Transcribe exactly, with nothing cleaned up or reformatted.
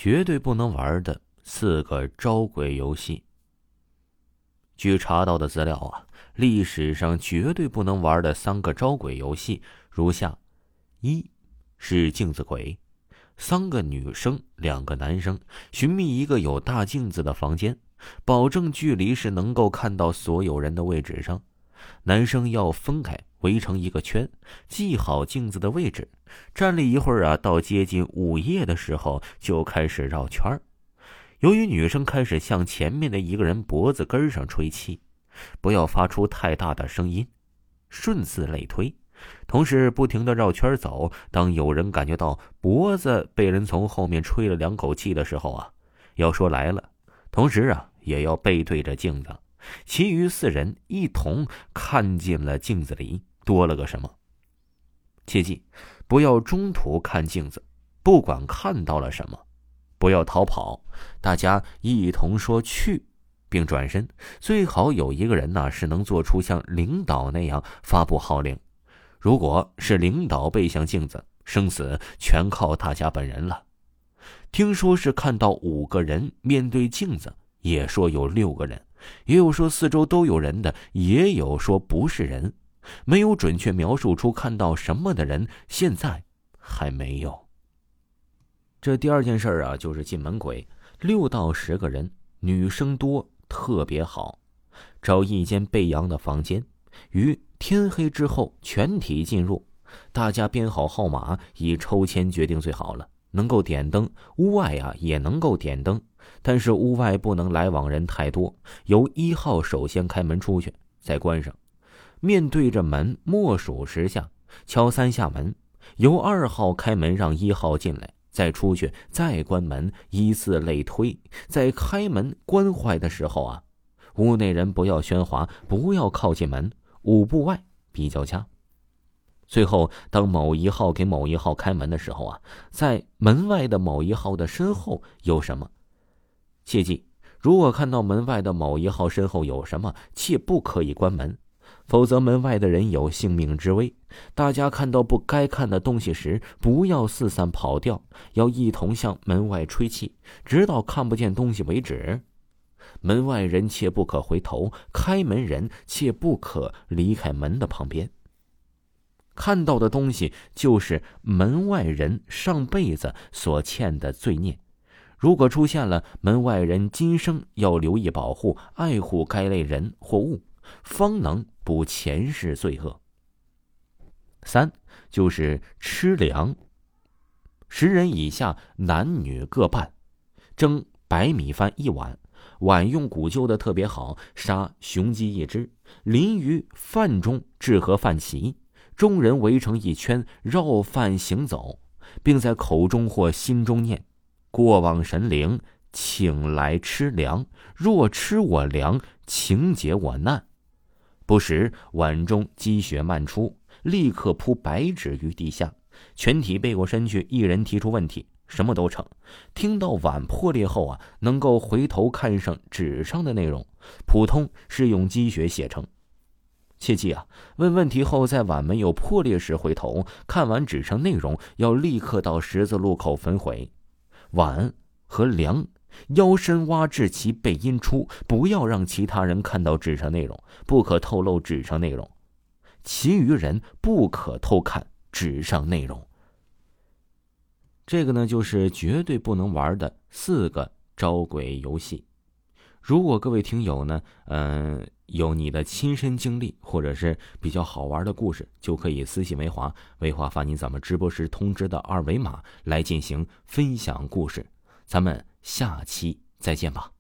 绝对不能玩的四个招鬼游戏。据查到的资料啊，历史上绝对不能玩的三个招鬼游戏如下：一是镜子鬼，三个女生两个男生寻觅一个有大镜子的房间，保证距离是能够看到所有人的位置上。男生要分开围成一个圈，记好镜子的位置，站立一会儿啊，到接近午夜的时候就开始绕圈儿。由于女生开始向前面的一个人脖子根上吹气，不要发出太大的声音，顺似类推，同时不停地绕圈走。当有人感觉到脖子被人从后面吹了两口气的时候啊，要说来了，同时啊也要背对着镜子。其余四人一同看进了镜子里多了个什么。切记不要中途看镜子，不管看到了什么，不要逃跑，大家一同说去，并转身。最好有一个人呢是能做出像领导那样发布号令。如果是领导背向镜子，生死全靠大家本人了。听说是看到五个人面对镜子，也说有六个人，也有说四周都有人的，也有说不是人，没有准确描述出看到什么的人，现在还没有。这第二件事啊，就是进门鬼，六到十个人，女生多特别好，找一间背阳的房间，于天黑之后全体进入，大家编好号码，以抽签决定最好了。能够点灯，屋外啊也能够点灯，但是屋外不能来往人太多，由一号首先开门出去，再关上。面对着门默数十下，敲三下门，由二号开门让一号进来，再出去，再关门，依次类推。在开门关坏的时候啊，屋内人不要喧哗，不要靠近门，五步外比较佳。最后当某一号给某一号开门的时候啊，在门外的某一号的身后有什么？切记，如果看到门外的某一号身后有什么，切不可以关门，否则门外的人有性命之危。大家看到不该看的东西时，不要四散跑掉，要一同向门外吹气，直到看不见东西为止。门外人切不可回头，开门人切不可离开门的旁边。看到的东西就是门外人上辈子所欠的罪孽，如果出现了，门外人今生要留意保护爱护该类人或物，方能补前世罪恶。三就是吃粮，十人以下男女各半，蒸白米饭一碗，碗用古旧的特别好，杀雄鸡一只，淋于饭中置合饭席，众人围成一圈绕饭行走，并在口中或心中念：过往神灵请来吃粮，若吃我粮，请解我难。不时碗中积血漫出，立刻铺白纸于地下，全体背过身去，一人提出问题，什么都成。听到碗破裂后啊，能够回头看上纸上的内容，普通是用积血写成。切记啊，问问题后在碗没有破裂时回头，看完纸上内容，要立刻到十字路口焚毁。碗和粮腰身挖至其背阴出，不要让其他人看到纸上内容，不可透露纸上内容，其余人不可偷看纸上内容。这个呢，就是绝对不能玩的四个招鬼游戏。如果各位听友呢，嗯、呃，有你的亲身经历或者是比较好玩的故事，就可以私信维华，维华发您咱们直播时通知的二维码来进行分享故事。咱们下期再见吧。